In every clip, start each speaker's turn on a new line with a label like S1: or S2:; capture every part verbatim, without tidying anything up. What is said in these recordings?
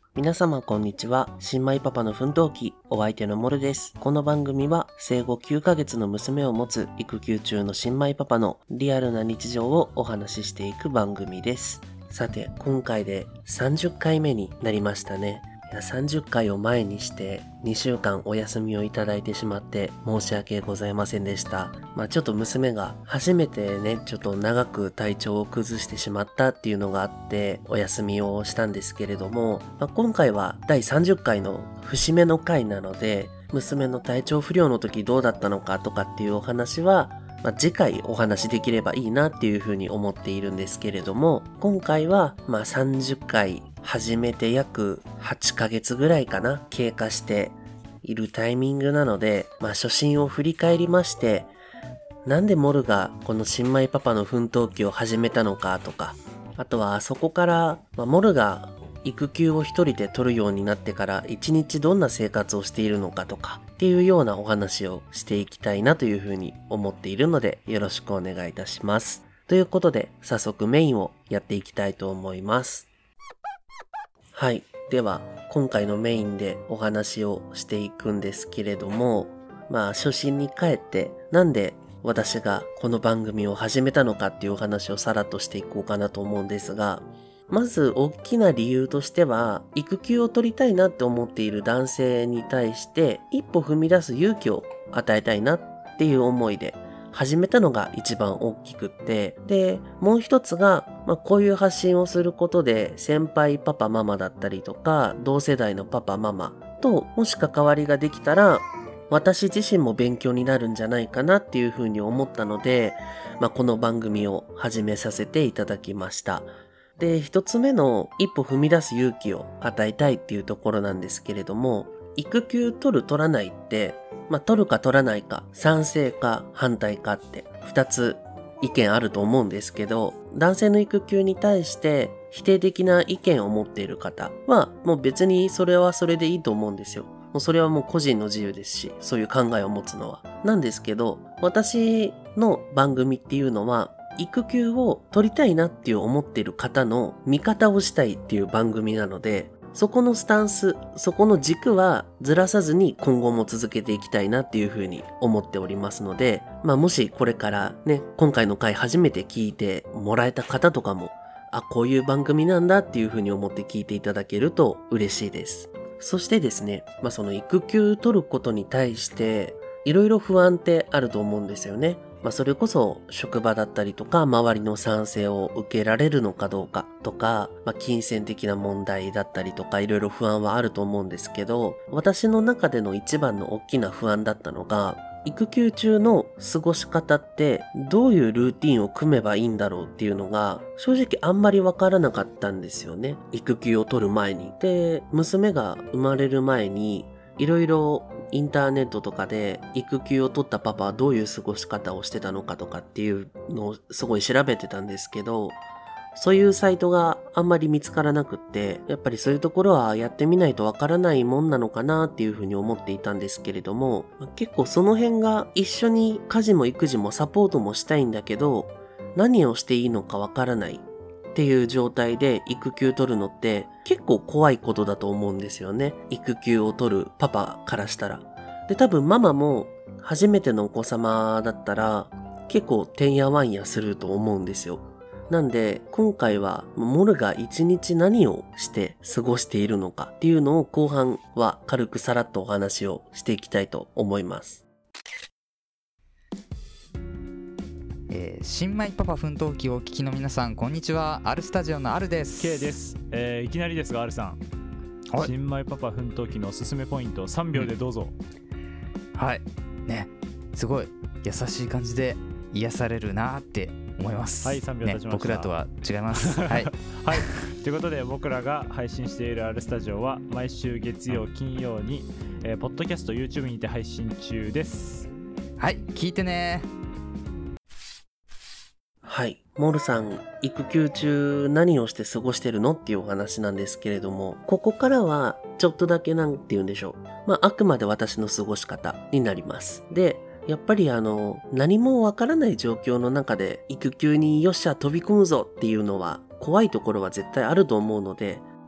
S1: 皆様こんにちは。新米パパの奮闘記、お相手のモルです。この番組は生後きゅうかげつの娘を持つ育休中の新米パパのリアルな日常をお話ししていく番組です。さて、今回でさんじゅっかいめになりましたね。いやさんじゅっかいを前にしてにしゅうかんお休みをいただいてしまって申し訳ございませんでした。まあちょっと娘が初めてね、ちょっと長く体調を崩してしまったっていうのがあってお休みをしたんですけれども、まあ、今回はだいさんじゅっかいの節目の回なので、娘の体調不良の時どうだったのかとかっていうお話はまあ、次回お話しできればいいなっていうふうに思っているんですけれども、今回はまあさんじゅっかい始めて約はちかげつぐらいかな経過しているタイミングなので、まあ初心を振り返りまして、なんでモルがこの新米パパの奮闘記を始めたのかとか、あとはそこから、まあ、モルが育休を一人で取るようになってから一日どんな生活をしているのかとかっていうようなお話をしていきたいなというふうに思っているのでよろしくお願いいたします。ということで早速メインをやっていきたいと思います。はい。では今回のメインでお話をしていくんですけれども、まあ初心に帰ってなんで私がこの番組を始めたのかっていうお話をさらっとしていこうかなと思うんですが、まず大きな理由としては、育休を取りたいなって思っている男性に対して一歩踏み出す勇気を与えたいなっていう思いで始めたのが一番大きくって、で、もう一つが、まあ、こういう発信をすることで先輩パパママだったりとか同世代のパパママともし関わりができたら私自身も勉強になるんじゃないかなっていうふうに思ったので、まあ、この番組を始めさせていただきました。で、一つ目の一歩踏み出す勇気を与えたいっていうところなんですけれども、育休取る取らないって、まあ、取るか取らないか、賛成か反対かって二つ意見あると思うんですけど、男性の育休に対して否定的な意見を持っている方は、もう別にそれはそれでいいと思うんですよ。もうそれはもう個人の自由ですし、そういう考えを持つのは。なんですけど、私の番組っていうのは、育休を取りたいなっていう思っている方の味方をしたいっていう番組なので、そこのスタンス、そこの軸はずらさずに今後も続けていきたいなっていうふうに思っておりますので、まあもしこれからね、今回の回初めて聞いてもらえた方とかも、あ、こういう番組なんだっていうふうに思って聞いていただけると嬉しいです。そしてですね、まあその育休取ることに対していろいろ不安ってあると思うんですよね。まあそれこそ職場だったりとか周りの賛成を受けられるのかどうかとか、まあ金銭的な問題だったりとかいろいろ不安はあると思うんですけど、私の中での一番の大きな不安だったのが、育休中の過ごし方ってどういうルーティンを組めばいいんだろうっていうのが正直あんまりわからなかったんですよね。育休を取る前に。で、娘が生まれる前にいろいろインターネットとかで育休を取ったパパはどういう過ごし方をしてたのかとかっていうのをすごい調べてたんですけど、そういうサイトがあんまり見つからなくって、やっぱりそういうところはやってみないとわからないもんなのかなっていうふうに思っていたんですけれども、結構その辺が一緒に家事も育児もサポートもしたいんだけど、何をしていいのかわからないっていう状態で育休取るのって結構怖いことだと思うんですよね。育休を取るパパからしたら。で、多分ママも初めてのお子様だったら結構てんやわんやすると思うんですよ。なんで今回はモルが一日何をして過ごしているのかっていうのを後半は軽くさらっとお話をしていきたいと思います。
S2: えー、新米パパ奮闘記をお聞きの皆さんこんにちは。アルスタジオのアルです。
S3: K です、えー、いきなりですが R さん、新米パパ奮闘記のおすすめポイントさんびょうでどうぞ、
S2: うん、はいね、すごい優しい感じで癒されるなって思います。
S3: はい、さんびょう経ちました、ね、
S2: 僕らとは違いますはい、はい、
S3: ということで僕らが配信している R スタジオは毎週月曜金曜に、えー、ポッドキャスト YouTube にて配信中です。
S2: はい、聞いてね。
S1: はい。モルさん、育休中何をして過ごしてるのっていうお話なんですけれども、ここからはちょっとだけなんて言うんでしょう。まあ、あくまで私の過ごし方になります。で、やっぱりあの、何もわからない状況の中で育休によっしゃ飛び込むぞっていうのは怖いところは絶対あると思うので、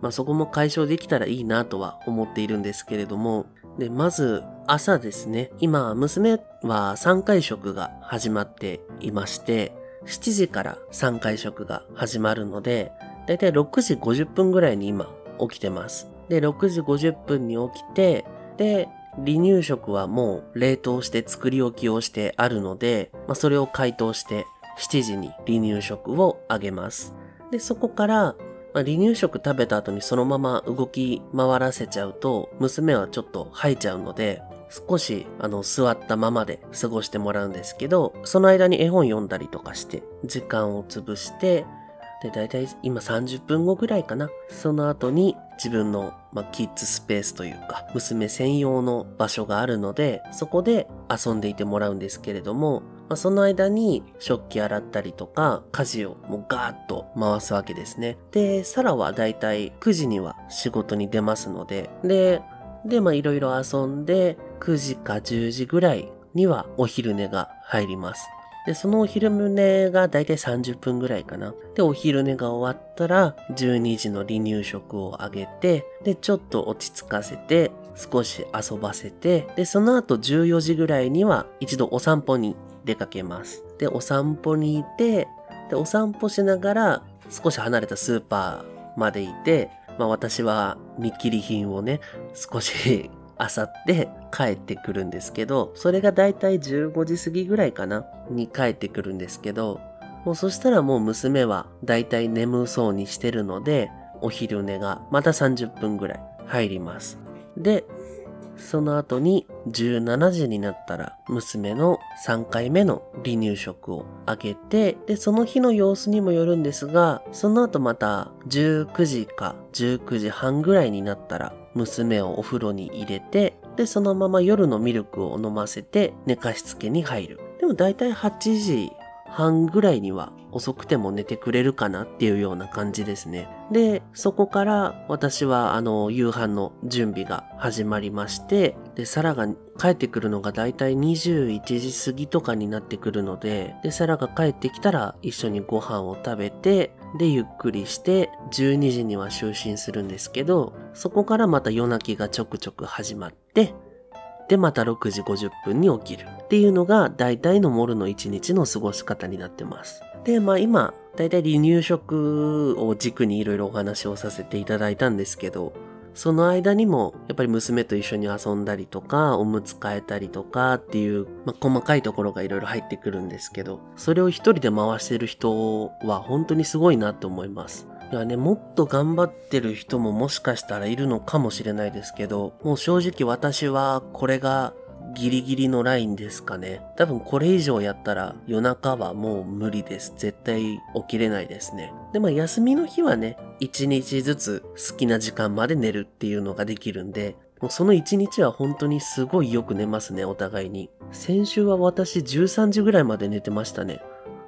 S1: まあそこも解消できたらいいなとは思っているんですけれども、で、まず朝ですね。今、娘はさんかい食が始まっていまして、しちじからさんかい食が始まるので、だいたいろくじごじゅっぷんぐらいに今起きてます。で、ろくじごじゅっぷんに起きて、で、離乳食はもう冷凍して作り置きをしてあるので、まあ、それを解凍してしちじに離乳食をあげます。で、そこから、まあ、離乳食食べた後にそのまま動き回らせちゃうと、娘はちょっと吐いちゃうので、少しあの座ったままで過ごしてもらうんですけど、その間に絵本読んだりとかして時間を潰して、で、だいたい今さんじゅっぷんごぐらいかな。その後に自分の、まあ、キッズスペースというか、娘専用の場所があるので、そこで遊んでいてもらうんですけれども、まあ、その間に食器洗ったりとか、家事をもうガーッと回すわけですね。で、サラはだいたいくじには仕事に出ますので、で、で、まあいろいろ遊んで、くじかじゅうじぐらいにはお昼寝が入ります。で、そのお昼寝がだいたいさんじゅっぷんぐらいかな。で、お昼寝が終わったら、じゅうにじの離乳食をあげて、で、ちょっと落ち着かせて、少し遊ばせて、で、その後じゅうよじぐらいには一度お散歩に出かけます。で、お散歩にいて、で、お散歩しながら少し離れたスーパーまでいて、まあ私は見切り品をね、少し漁って帰ってくるんですけど、それがだいたいじゅうごじ過ぎぐらいかなに帰ってくるんですけど、もうそしたらもう娘はだいたい眠そうにしてるので、お昼寝がまたさんじゅっぷんぐらい入ります。で、その後にじゅうしちじになったら娘のさんかいめの離乳食をあげて、で、その日の様子にもよるんですが、その後またじゅうくじかじゅうくじはんぐらいになったら娘をお風呂に入れて、で、そのまま夜のミルクを飲ませて寝かしつけに入る。でもだいたいはちじはんぐらいには遅くても寝てくれるかなっていうような感じですね。で、そこから私はあの夕飯の準備が始まりまして、で、サラが帰ってくるのがだいたいにじゅういちじ過ぎとかになってくるので、で、サラが帰ってきたら一緒にご飯を食べて、で、ゆっくりしてじゅうにじには就寝するんですけど、そこからまた夜泣きがちょくちょく始まって、で、またろくじごじゅっぷんに起きるっていうのが大体のモルの一日の過ごし方になってます。で、まあ今、大体離乳食を軸にいろいろお話をさせていただいたんですけど、その間にもやっぱり娘と一緒に遊んだりとか、おむつ替えたりとかっていう、まあ、細かいところがいろいろ入ってくるんですけど、それを一人で回してる人は本当にすごいなって思います。いやね、もっと頑張ってる人ももしかしたらいるのかもしれないですけど、もう正直私はこれがギリギリのラインですかね。多分これ以上やったら夜中はもう無理です。絶対起きれないですね。で、まあ休みの日はね、一日ずつ好きな時間まで寝るっていうのができるんで、もうその一日は本当にすごいよく寝ますね、お互いに。先週は私じゅうさんじぐらいまで寝てましたね。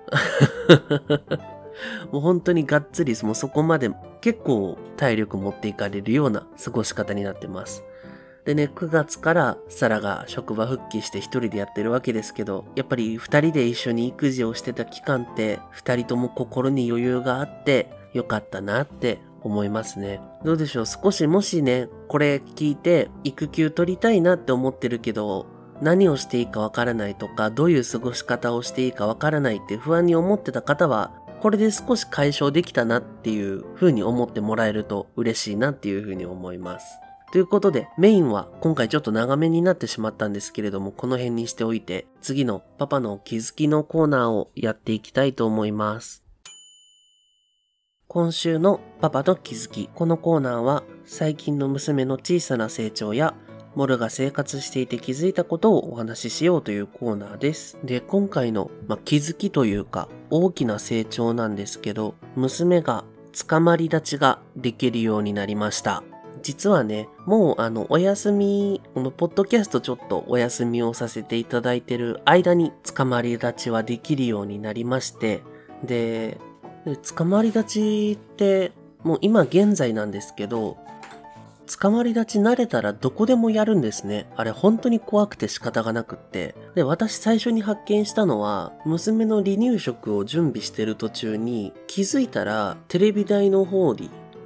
S1: もう本当にがっつり、もうそこまで結構体力持っていかれるような過ごし方になってます。でね、くがつからサラが職場復帰して一人でやってるわけですけど、やっぱり二人で一緒に育児をしてた期間って二人とも心に余裕があってよかったなって思いますね。どうでしょう、少しもしね、これ聞いて育休取りたいなって思ってるけど、何をしていいかわからないとか、どういう過ごし方をしていいかわからないって不安に思ってた方は、これで少し解消できたなっていう風に思ってもらえると嬉しいなっていう風に思います。ということで、メインは今回ちょっと長めになってしまったんですけれども、この辺にしておいて、次のパパの気づきのコーナーをやっていきたいと思います。今週のパパの気づき。このコーナーは、最近の娘の小さな成長や、モルが生活していて気づいたことをお話ししようというコーナーです。で、今回の、まあ、気づきというか、大きな成長なんですけど、娘が捕まり立ちができるようになりました。実はね、もうあの、お休み、このポッドキャストちょっとお休みをさせていただいてる間に、捕まり立ちはできるようになりまして、で、で捕まり立ちって、もう今現在なんですけど、捕まり立ち慣れたらどこでもやるんですね。あれ本当に怖くて仕方がなくって。で、私最初に発見したのは、娘の離乳食を準備してる途中に気づいたらテレビ台の方に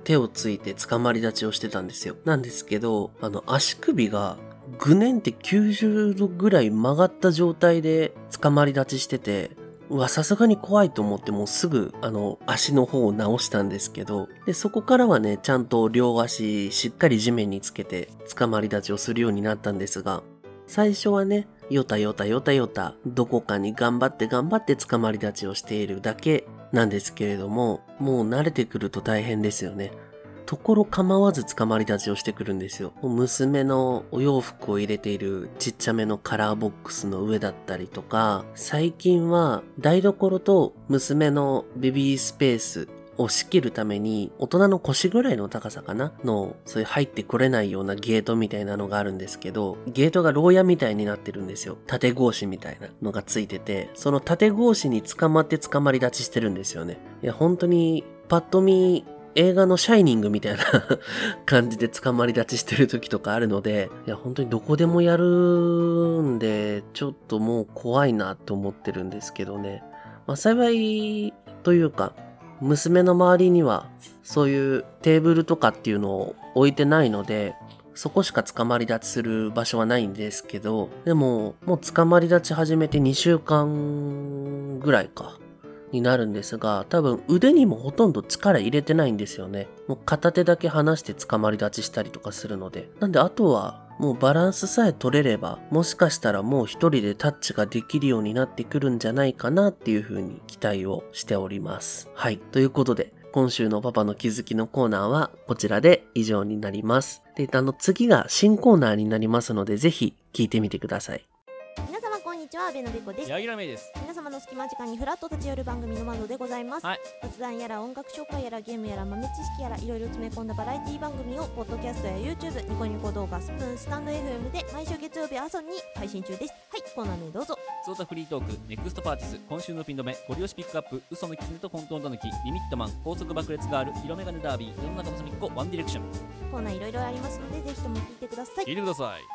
S1: 手をついて捕まり立ちをしてたんですよ。なんですけど、あの足首がぐねんってきゅうじゅうどぐらい曲がった状態で捕まり立ちしてて、うわ、さすがに怖いと思ってもうすぐあの足の方を直したんですけど、で、そこからはね、ちゃんと両足しっかり地面につけて捕まり立ちをするようになったんですが、最初はね、よたよたよたよた、どこかに頑張って頑張って捕まり立ちをしているだけなんですけれども、もう慣れてくると大変ですよね。ところ構わず捕まり立ちをしてくるんですよ。娘のお洋服を入れているちっちゃめのカラーボックスの上だったりとか、最近は台所と娘のベビースペースを仕切るために大人の腰ぐらいの高さかなの、そういう入ってこれないようなゲートみたいなのがあるんですけど、ゲートが牢屋みたいになってるんですよ。縦格子みたいなのがついてて、その縦格子に捕まって捕まり立ちしてるんですよね。いや本当にパッと見映画のシャイニングみたいな感じで捕まり立ちしてる時とかあるので、いや本当にどこでもやるんで、ちょっともう怖いなと思ってるんですけどね。まあ幸いというか、娘の周りにはそういうテーブルとかっていうのを置いてないので、そこしか捕まり立ちする場所はないんですけど、でももう捕まり立ち始めてにしゅうかんぐらいか。になるんですが、多分腕にもほとんど力入れてないんですよね。もう片手だけ離して捕まり立ちしたりとかするので。なんであとはもうバランスさえ取れれば、もしかしたらもう一人でタッチができるようになってくるんじゃないかなっていう風に期待をしております。はい。ということで、今週のパパの気づきのコーナーはこちらで以上になります。で、あの次が新コーナーになりますので、ぜひ聞いてみてください。
S4: 皆様こんにちは、阿部のべこです。
S5: 柳楽芽衣です。
S4: 皆様の隙間時間にフラッと立ち寄る番組の窓でございます、
S5: はい、
S4: 雑談やら音楽紹介やらゲームやら豆知識やらいろいろ詰め込んだバラエティ番組をポッドキャストや YouTube、 ニコニコ動画、スプーン、スタンド エフエム で毎週月曜日朝に配信中です。はい、コーナー名どうぞ。
S5: ゾータフリートーク、ネクストパーティス、今週のピン止め、ゴリ押しピックアップ、嘘のキツネと混沌たぬき、リミットマン、高速爆裂ガール、色眼鏡ダービー、世の中の隅っこ、ワンディレクション。
S4: コーナーいろいろありますので、ぜひとも聞いてください。
S5: 聞いてください。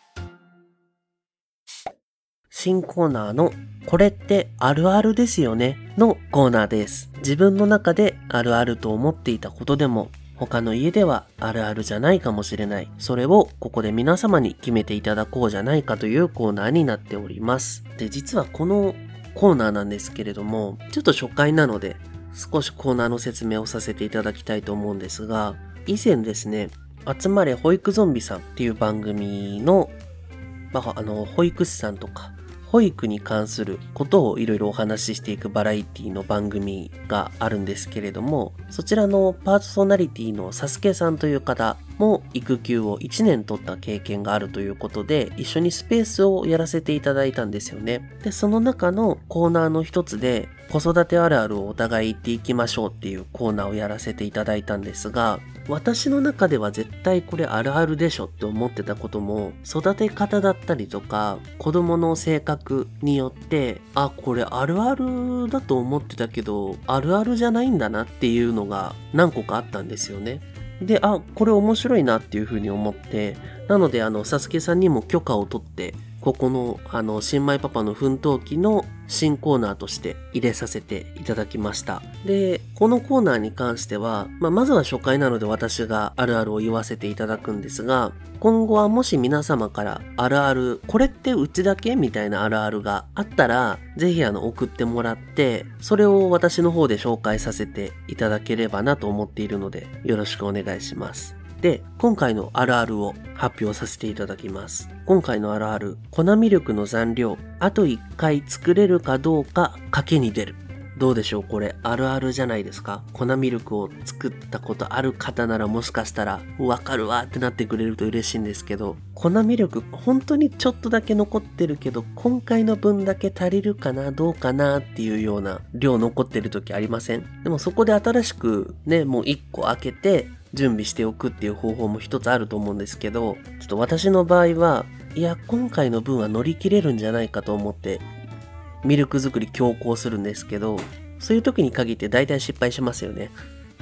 S1: 新コーナーのこれってあるあるですよねのコーナーです。自分の中であるあると思っていたことでも他の家ではあるあるじゃないかもしれない。それをここで皆様に決めていただこうじゃないかというコーナーになっております。で、実はこのコーナーなんですけれども、ちょっと初回なので少しコーナーの説明をさせていただきたいと思うんですが、以前ですね、集まれ保育ゾンビさんっていう番組の、まあ、あの保育士さんとか保育に関することをいろいろお話ししていくバラエティの番組があるんですけれども、そちらのパーソナリティのサスケさんという方も育休をいちねん取った経験があるということで、一緒にスペースをやらせていただいたんですよね。で、その中のコーナーの一つで子育てあるあるをお互い言っていきましょうっていうコーナーをやらせていただいたんですが、私の中では絶対これあるあるでしょって思ってたことも、育て方だったりとか子供の性格によって、あ、これあるあるだと思ってたけどあるあるじゃないんだなっていうのが何個かあったんですよね。で、あ、これ面白いなっていうふうに思って、なのであのサスケさんにも許可を取ってここのあの新米パパの奮闘記の新コーナーとして入れさせていただきました。で、このコーナーに関しては、まあ、まずは初回なので私があるあるを言わせていただくんですが、今後はもし皆様からあるある、これってうちだけみたいなあるあるがあったら、ぜひあの送ってもらって、それを私の方で紹介させていただければなと思っているので、よろしくお願いします。で、今回のあるあるを発表させていただきます。今回のあるある、粉ミルクの残量、あといっかい作れるかどうか賭けに出る。どうでしょう、これあるあるじゃないですか。粉ミルクを作ったことある方ならもしかしたらわかるわってなってくれると嬉しいんですけど、粉ミルク本当にちょっとだけ残ってるけど今回の分だけ足りるかなどうかなっていうような量残ってる時ありません？でもそこで新しくね、もういっこ開けて準備しておくっていう方法も一つあると思うんですけど、ちょっと私の場合はいや今回の分は乗り切れるんじゃないかと思ってミルク作り強行するんですけど、そういう時に限って大体失敗しますよね。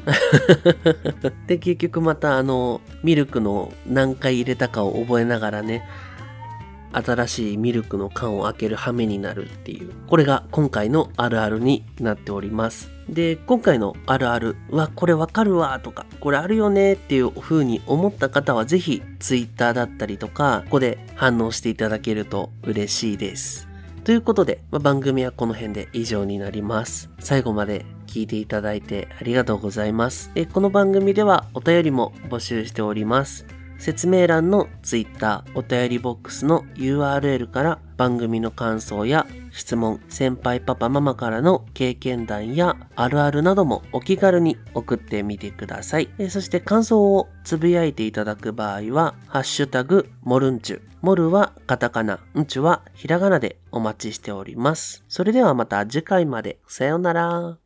S1: で、結局またあのミルクの何回入れたかを覚えながらね、 新しいミルクの缶を開ける羽目になるっていう、これが今回のあるあるになっております。で、今回のあるあるはこれわかるわとか、これあるよねっていう風に思った方はぜひ Twitter だったりとか、ここで反応していただけると嬉しいです。ということで、まあ、番組はこの辺で以上になります。最後まで聞いていただいてありがとうございます。えこの番組ではお便りも募集しております。説明欄の Twitter お便りボックスの ユーアールエル から番組の感想や質問、先輩パパママからの経験談やあるあるなどもお気軽に送ってみてください。そして感想をつぶやいていただく場合はハッシュタグモルンチュ、モルはカタカナ、ンチュはひらがなでお待ちしております。それではまた次回まで。さようなら。